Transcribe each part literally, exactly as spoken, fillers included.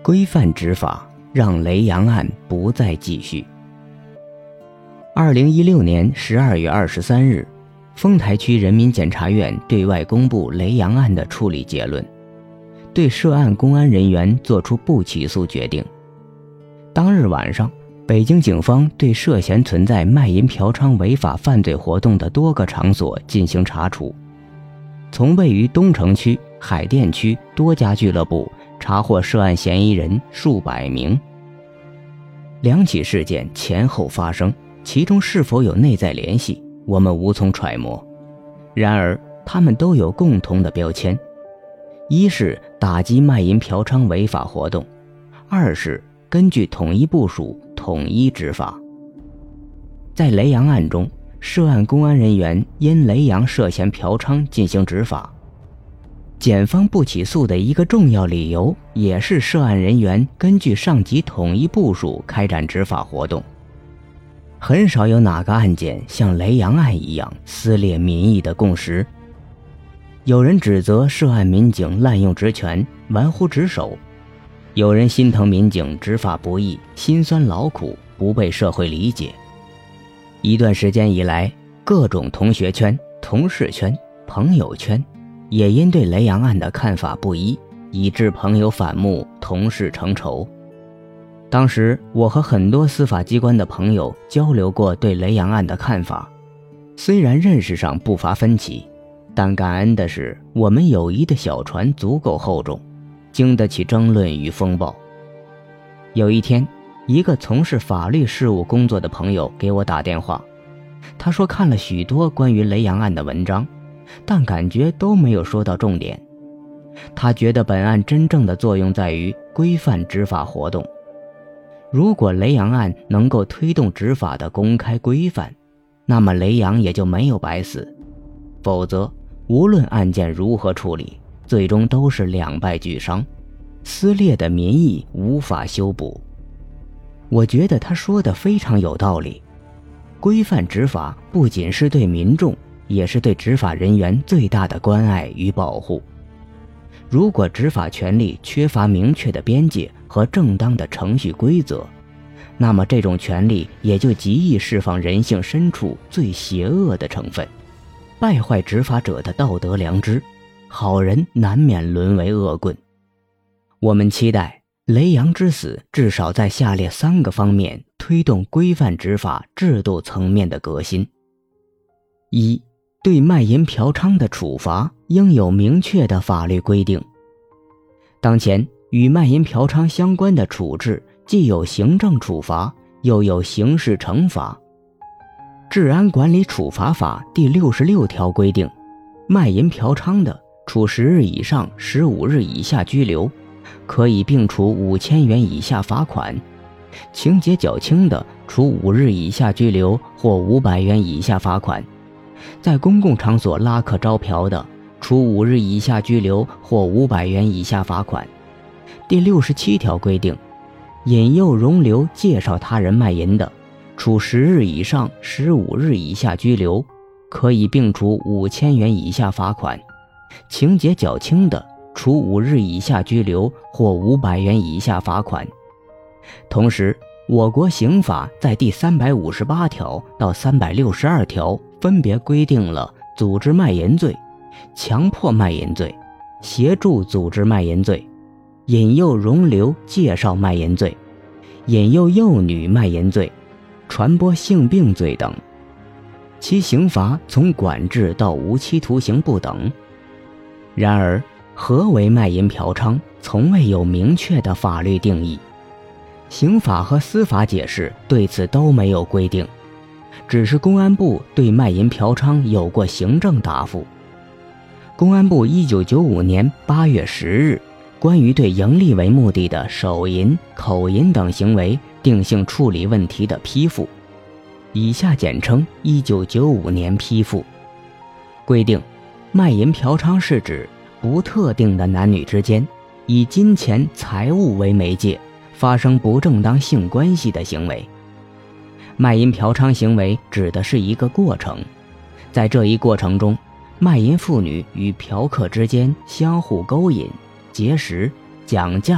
规范执法，让雷洋案不再继续。二零一六年十二月二十三日，丰台区人民检察院对外公布雷洋案的处理结论，对涉案公安人员作出不起诉决定。当日晚上，北京警方对涉嫌存在卖淫嫖娼违法犯罪活动的多个场所进行查处，从位于东城区、海淀区多家俱乐部查获涉案嫌疑人数百名。两起事件前后发生，其中是否有内在联系，我们无从揣摩。然而，他们都有共同的标签：一是打击卖淫嫖娼违法活动，二是根据统一部署统一执法。在雷洋案中，涉案公安人员因雷洋涉嫌嫖娼进行执法，检方不起诉的一个重要理由，也是涉案人员根据上级统一部署开展执法活动。很少有哪个案件像雷洋案一样撕裂民意的共识。有人指责涉案民警滥用职权，玩忽职守；有人心疼民警执法不易，辛酸劳苦，不被社会理解。一段时间以来，各种同学圈、同事圈、朋友圈也因对雷洋案的看法不一，以致朋友反目，同事成仇。当时我和很多司法机关的朋友交流过对雷洋案的看法，虽然认识上不乏分歧，但感恩的是我们友谊的小船足够厚重，经得起争论与风暴。有一天，一个从事法律事务工作的朋友给我打电话，他说看了许多关于雷洋案的文章，但感觉都没有说到重点。他觉得本案真正的作用在于规范执法活动。如果雷洋案能够推动执法的公开规范，那么雷洋也就没有白死，否则无论案件如何处理，最终都是两败俱伤，撕裂的民意无法修补。我觉得他说的非常有道理，规范执法不仅是对民众，也是对执法人员最大的关爱与保护。如果执法权力缺乏明确的边界和正当的程序规则，那么这种权力也就极易释放人性深处最邪恶的成分，败坏执法者的道德良知，好人难免沦为恶棍。我们期待雷洋之死至少在下列三个方面推动规范执法制度层面的革新。一、对卖淫嫖娼的处罚应有明确的法律规定。当前与卖淫嫖娼相关的处置既有行政处罚，又有刑事惩罚。治安管理处罚法第六十六条规定，卖淫嫖娼的，处十日以上十五日以下拘留，可以并处五千元以下罚款；情节较轻的，处五日以下拘留或五百元以下罚款；在公共场所拉客招嫖的，处五日以下拘留或五百元以下罚款。第六十七条规定，引诱容留介绍他人卖淫的，处十日以上十五日以下拘留，可以并处五千元以下罚款；情节较轻的，处五日以下拘留或五百元以下罚款。同时，我国刑法在第三百五十八条到三百六十二条分别规定了组织卖淫罪、强迫卖淫罪、协助组织卖淫罪、引诱容留介绍卖淫罪、引诱幼女卖淫罪、传播性病罪等，其刑罚从管制到无期徒刑不等。然而，何为卖淫嫖娼，从未有明确的法律定义，刑法和司法解释对此都没有规定，只是公安部对卖淫嫖娼有过行政答复。公安部一九九五年八月十日关于对营利为目的的手淫、口淫等行为定性处理问题的批复，以下简称一九九五年批复，规定卖淫嫖娼是指不特定的男女之间以金钱财物为媒介发生不正当性关系的行为。卖淫嫖娼行为指的是一个过程，在这一过程中，卖淫妇女与嫖客之间相互勾引、结识、讲价、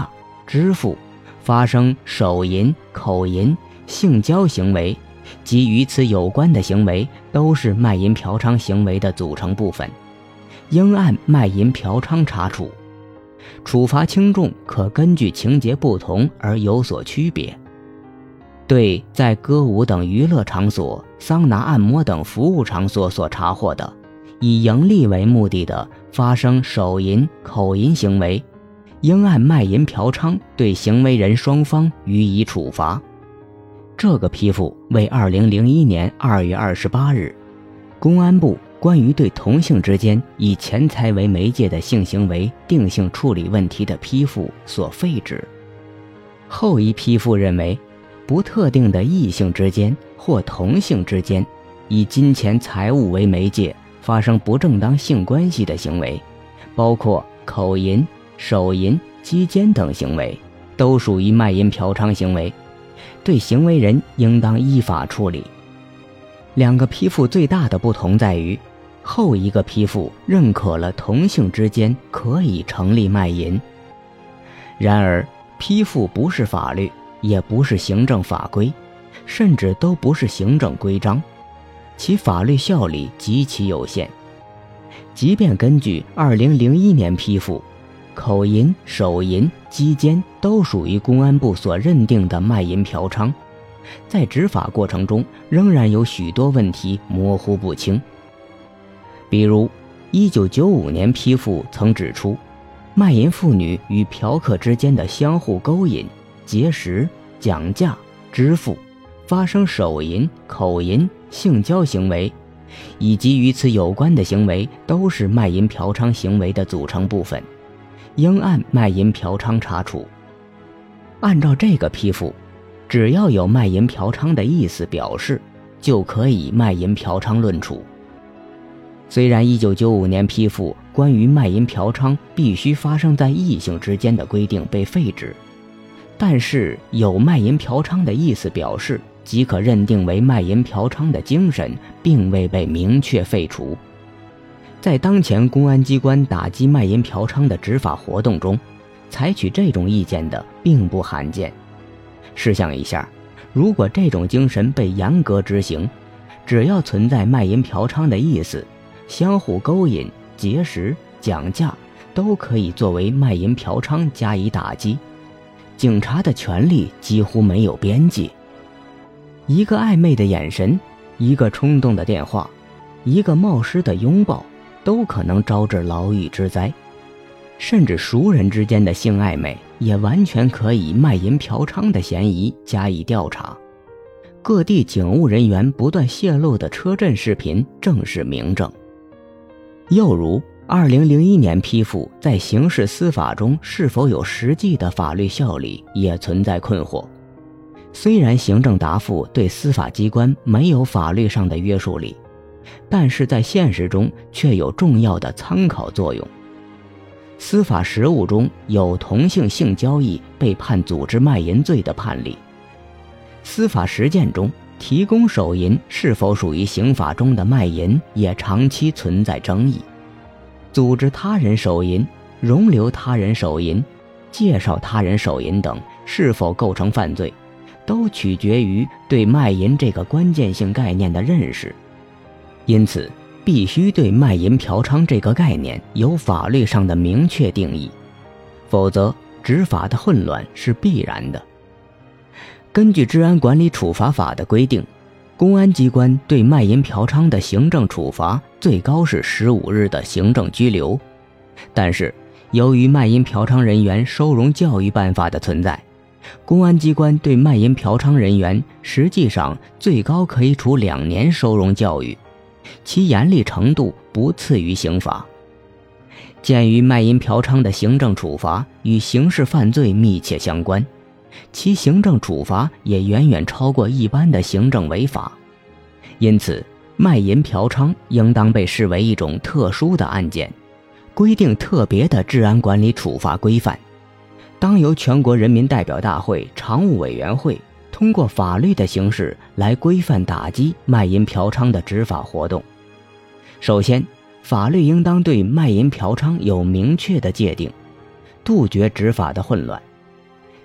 支付、发生手淫、口淫、性交行为及与此有关的行为都是卖淫嫖娼行为的组成部分，应按卖淫嫖娼查处。处罚轻重可根据情节不同而有所区别。对在歌舞等娱乐场所、桑拿按摩等服务场所所查获的以盈利为目的的发生手淫、口淫行为，应按卖淫嫖娼对行为人双方予以处罚。这个批复为二零零一年二月二十八日公安部关于对同性之间以钱财为媒介的性行为定性处理问题的批复所废止。后一批复认为，不特定的异性之间或同性之间以金钱财物为媒介发生不正当性关系的行为，包括口淫、手淫、鸡奸等行为，都属于卖淫嫖娼行为，对行为人应当依法处理。两个批复最大的不同在于，后一个批复认可了同性之间可以成立卖淫。然而，批复不是法律，也不是行政法规，甚至都不是行政规章，其法律效力极其有限。即便根据二零零一年批复，口淫、手淫、鸡奸都属于公安部所认定的卖淫嫖娼，在执法过程中仍然有许多问题模糊不清。比如一九九五年批复曾指出，卖淫妇女与嫖客之间的相互勾引、结识、讲价、支付、发生手淫、口淫、性交行为以及与此有关的行为都是卖淫嫖娼行为的组成部分，应按卖淫嫖娼查处。按照这个批复，只要有卖淫嫖娼的意思表示，就可以卖淫嫖娼论处。虽然一九九五年批复关于卖淫嫖娼必须发生在异性之间的规定被废止，但是有卖淫嫖娼的意思表示即可认定为卖淫嫖娼的精神并未被明确废除。在当前公安机关打击卖淫嫖娼的执法活动中，采取这种意见的并不罕见。试想一下，如果这种精神被严格执行，只要存在卖淫嫖娼的意思，相互勾引、结识、讲价都可以作为卖淫嫖娼加以打击，警察的权力几乎没有边界。一个暧昧的眼神，一个冲动的电话，一个冒失的拥抱，都可能招致牢狱之灾。甚至熟人之间的性暧昧也完全可以卖淫嫖娼的嫌疑加以调查。各地警务人员不断泄露的车震视频正是明证。又如二零零一年批复在刑事司法中是否有实际的法律效力也存在困惑。虽然行政答复对司法机关没有法律上的约束力，但是在现实中却有重要的参考作用。司法实务中有同性性交易被判组织卖淫罪的判例，司法实践中提供手淫是否属于刑法中的卖淫也长期存在争议。组织他人手淫、容留他人手淫、介绍他人手淫等是否构成犯罪，都取决于对卖淫这个关键性概念的认识。因此必须对卖淫嫖娼这个概念有法律上的明确定义，否则执法的混乱是必然的。根据治安管理处罚法的规定，公安机关对卖淫嫖娼的行政处罚最高是十五日的行政拘留。但是由于卖淫嫖娼人员收容教育办法的存在，公安机关对卖淫嫖娼人员实际上最高可以处两年收容教育，其严厉程度不次于刑法。鉴于卖淫嫖娼的行政处罚与刑事犯罪密切相关，其行政处罚也远远超过一般的行政违法，因此卖淫嫖娼应当被视为一种特殊的案件，规定特别的治安管理处罚规范，当由全国人民代表大会常务委员会通过法律的形式来规范打击卖淫嫖娼的执法活动。首先，法律应当对卖淫嫖娼有明确的界定，杜绝执法的混乱。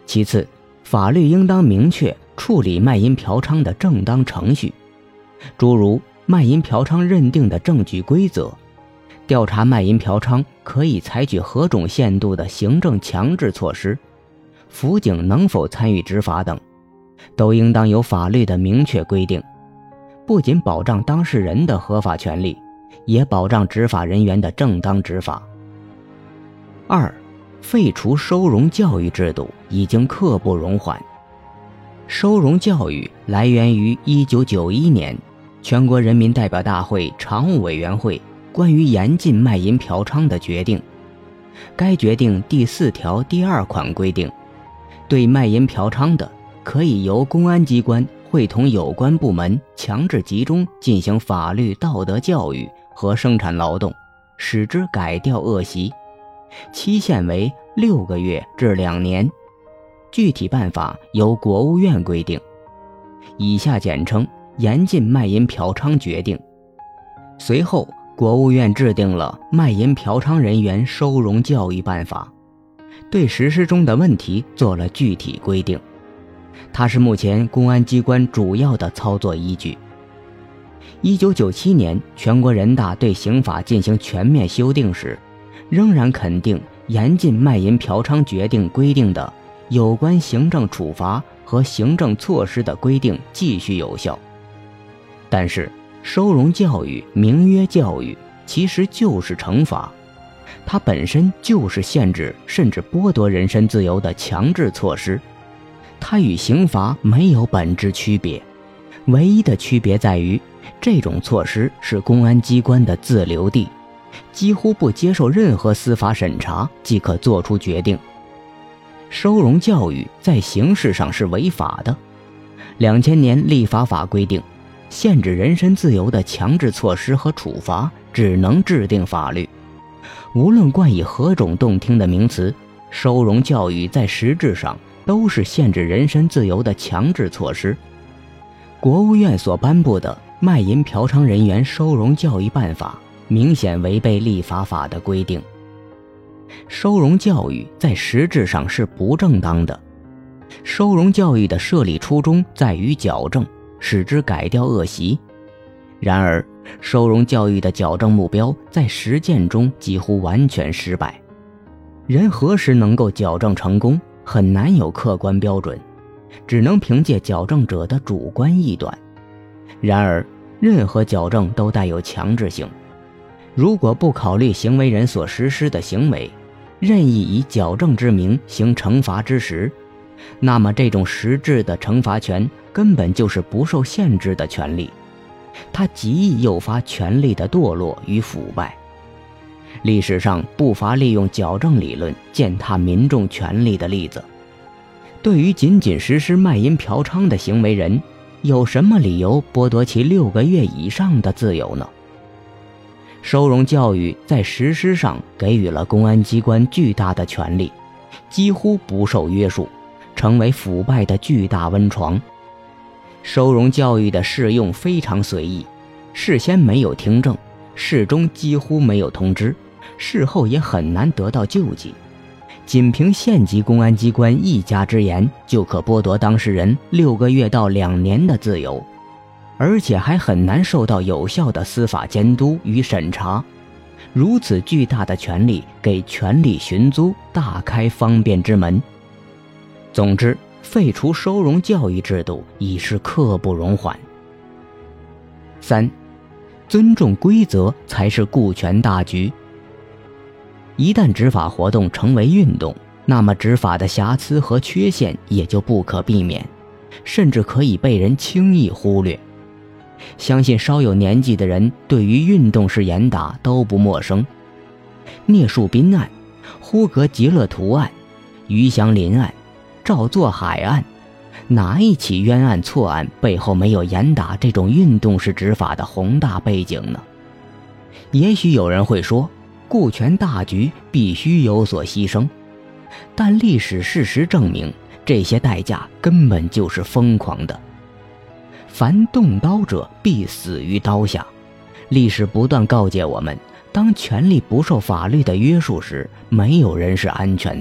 其次，法律应当明确处理卖淫嫖娼的正当程序，诸如卖淫嫖娼认定的证据规则，调查卖淫嫖娼可以采取何种限度的行政强制措施，辅警能否参与执法等，都应当有法律的明确规定，不仅保障当事人的合法权利，也保障执法人员的正当执法。二，废除收容教育制度已经刻不容缓。收容教育来源于一九九一年全国人民代表大会常务委员会关于严禁卖淫嫖娼的决定。该决定第四条第二款规定，对卖淫嫖娼的，可以由公安机关会同有关部门强制集中进行法律道德教育和生产劳动，使之改掉恶习，期限为六个月至两年，具体办法由国务院规定，以下简称严禁卖淫嫖娼决定。随后，国务院制定了卖淫嫖娼人员收容教育办法，对实施中的问题做了具体规定，它是目前公安机关主要的操作依据。一九九七年全国人大对刑法进行全面修订时，仍然肯定严禁卖淫嫖娼决定规定的有关行政处罚和行政措施的规定继续有效。但是收容教育名曰教育，其实就是惩罚，它本身就是限制甚至剥夺人身自由的强制措施，它与刑罚没有本质区别，唯一的区别在于这种措施是公安机关的自留地，几乎不接受任何司法审查即可做出决定。收容教育在形式上是违法的。两千年立法法规定，限制人身自由的强制措施和处罚只能制定法律。无论冠以何种动听的名词，收容教育在实质上都是限制人身自由的强制措施。国务院所颁布的《卖淫嫖娼人员收容教育办法》明显违背立法法的规定。收容教育在实质上是不正当的。收容教育的设立初衷在于矫正，使之改掉恶习。然而，收容教育的矫正目标在实践中几乎完全失败。人何时能够矫正成功，很难有客观标准，只能凭借矫正者的主观臆断。然而，任何矫正都带有强制性。如果不考虑行为人所实施的行为，任意以矫正之名行惩罚之时，那么这种实质的惩罚权根本就是不受限制的权利，它极易诱发权力的堕落与腐败。历史上不乏利用矫正理论践踏民众权利的例子。对于仅仅实施卖淫嫖娼的行为人，有什么理由剥夺其六个月以上的自由呢？收容教育在实施上给予了公安机关巨大的权力，几乎不受约束，成为腐败的巨大温床。收容教育的适用非常随意，事先没有听证，事中几乎没有通知，事后也很难得到救济。仅凭县级公安机关一家之言，就可剥夺当事人六个月到两年的自由，而且还很难受到有效的司法监督与审查。如此巨大的权力，给权力寻租大开方便之门。总之，废除收容教育制度已是刻不容缓。三，尊重规则才是顾全大局。一旦执法活动成为运动，那么执法的瑕疵和缺陷也就不可避免，甚至可以被人轻易忽略。相信稍有年纪的人对于运动式严打都不陌生。聂树斌案、呼格吉勒图案、于祥林案、赵作海案，哪一起冤案错案背后没有严打这种运动式执法的宏大背景呢？也许有人会说，顾全大局必须有所牺牲，但历史事实证明，这些代价根本就是疯狂的。凡动刀者必死于刀下。历史不断告诫我们，当权力不受法律的约束时，没有人是安全的。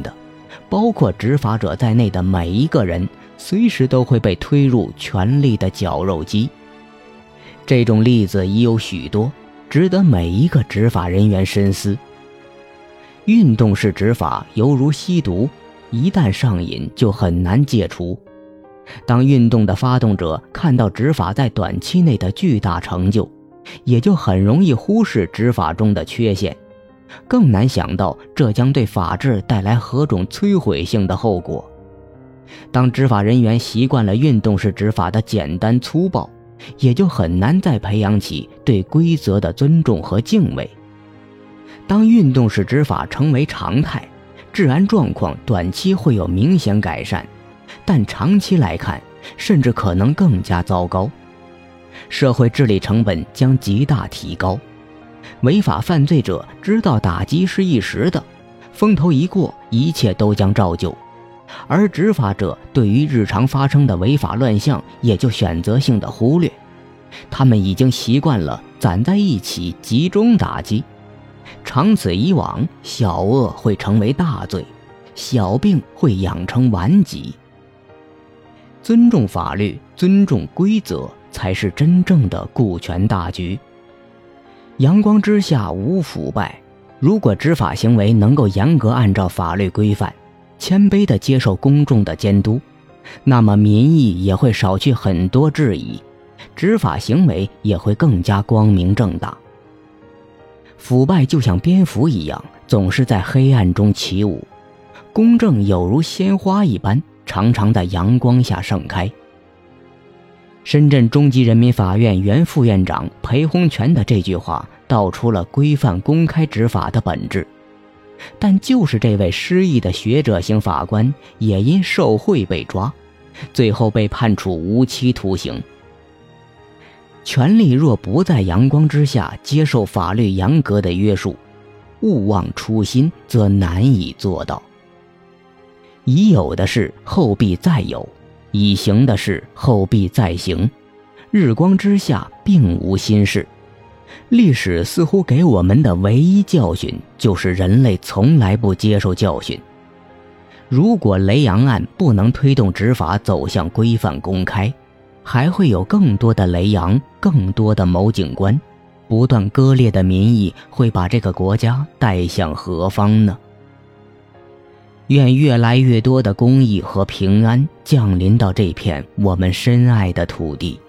包括执法者在内的每一个人，随时都会被推入权力的绞肉机。这种例子已有许多，值得每一个执法人员深思。运动式执法犹如吸毒，一旦上瘾就很难戒除。当运动的发动者看到执法在短期内的巨大成就，也就很容易忽视执法中的缺陷，更难想到这将对法治带来何种摧毁性的后果。当执法人员习惯了运动式执法的简单粗暴，也就很难再培养起对规则的尊重和敬畏。当运动式执法成为常态，治安状况短期会有明显改善，但长期来看，甚至可能更加糟糕。社会治理成本将极大提高，违法犯罪者知道打击是一时的，风头一过，一切都将照旧，而执法者对于日常发生的违法乱象也就选择性的忽略，他们已经习惯了攒在一起集中打击。长此以往，小恶会成为大罪，小病会养成顽疾。尊重法律，尊重规则，才是真正的顾全大局。阳光之下无腐败，如果执法行为能够严格按照法律规范，谦卑地接受公众的监督，那么民意也会少去很多质疑，执法行为也会更加光明正大。腐败就像蝙蝠一样，总是在黑暗中起舞，公正有如鲜花一般，常常在阳光下盛开。深圳中级人民法院原副院长裴洪泉的这句话道出了规范公开执法的本质。但就是这位失意的学者型法官，也因受贿被抓，最后被判处无期徒刑。权力若不在阳光之下接受法律严格的约束，勿忘初心，则难以做到。已有的事后必再有，已行的事后必再行，日光之下并无新事。历史似乎给我们的唯一教训，就是人类从来不接受教训。如果雷洋案不能推动执法走向规范公开，还会有更多的雷洋，更多的某警官，不断割裂的民意会把这个国家带向何方呢？愿越来越多的公义和平安降临到这片我们深爱的土地。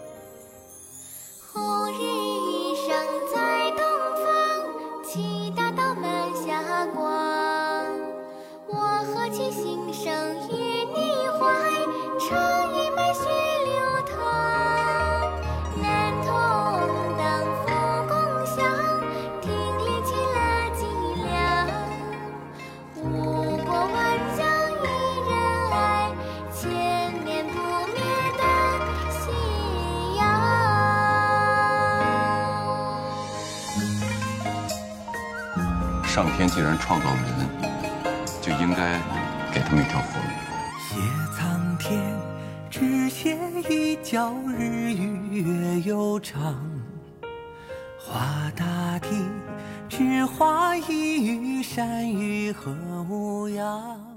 红日一升在东方，七大道门下光。我和其心声与你怀，唱一脉血流淌。男童当父共享，听力起了脊梁。无国万疆一人爱，千年不灭的信仰。 上天既然创造了人，就应该给他们一条活路。 谢苍天，只写一觉日与月悠长；画大地，只画一隅山与河无恙。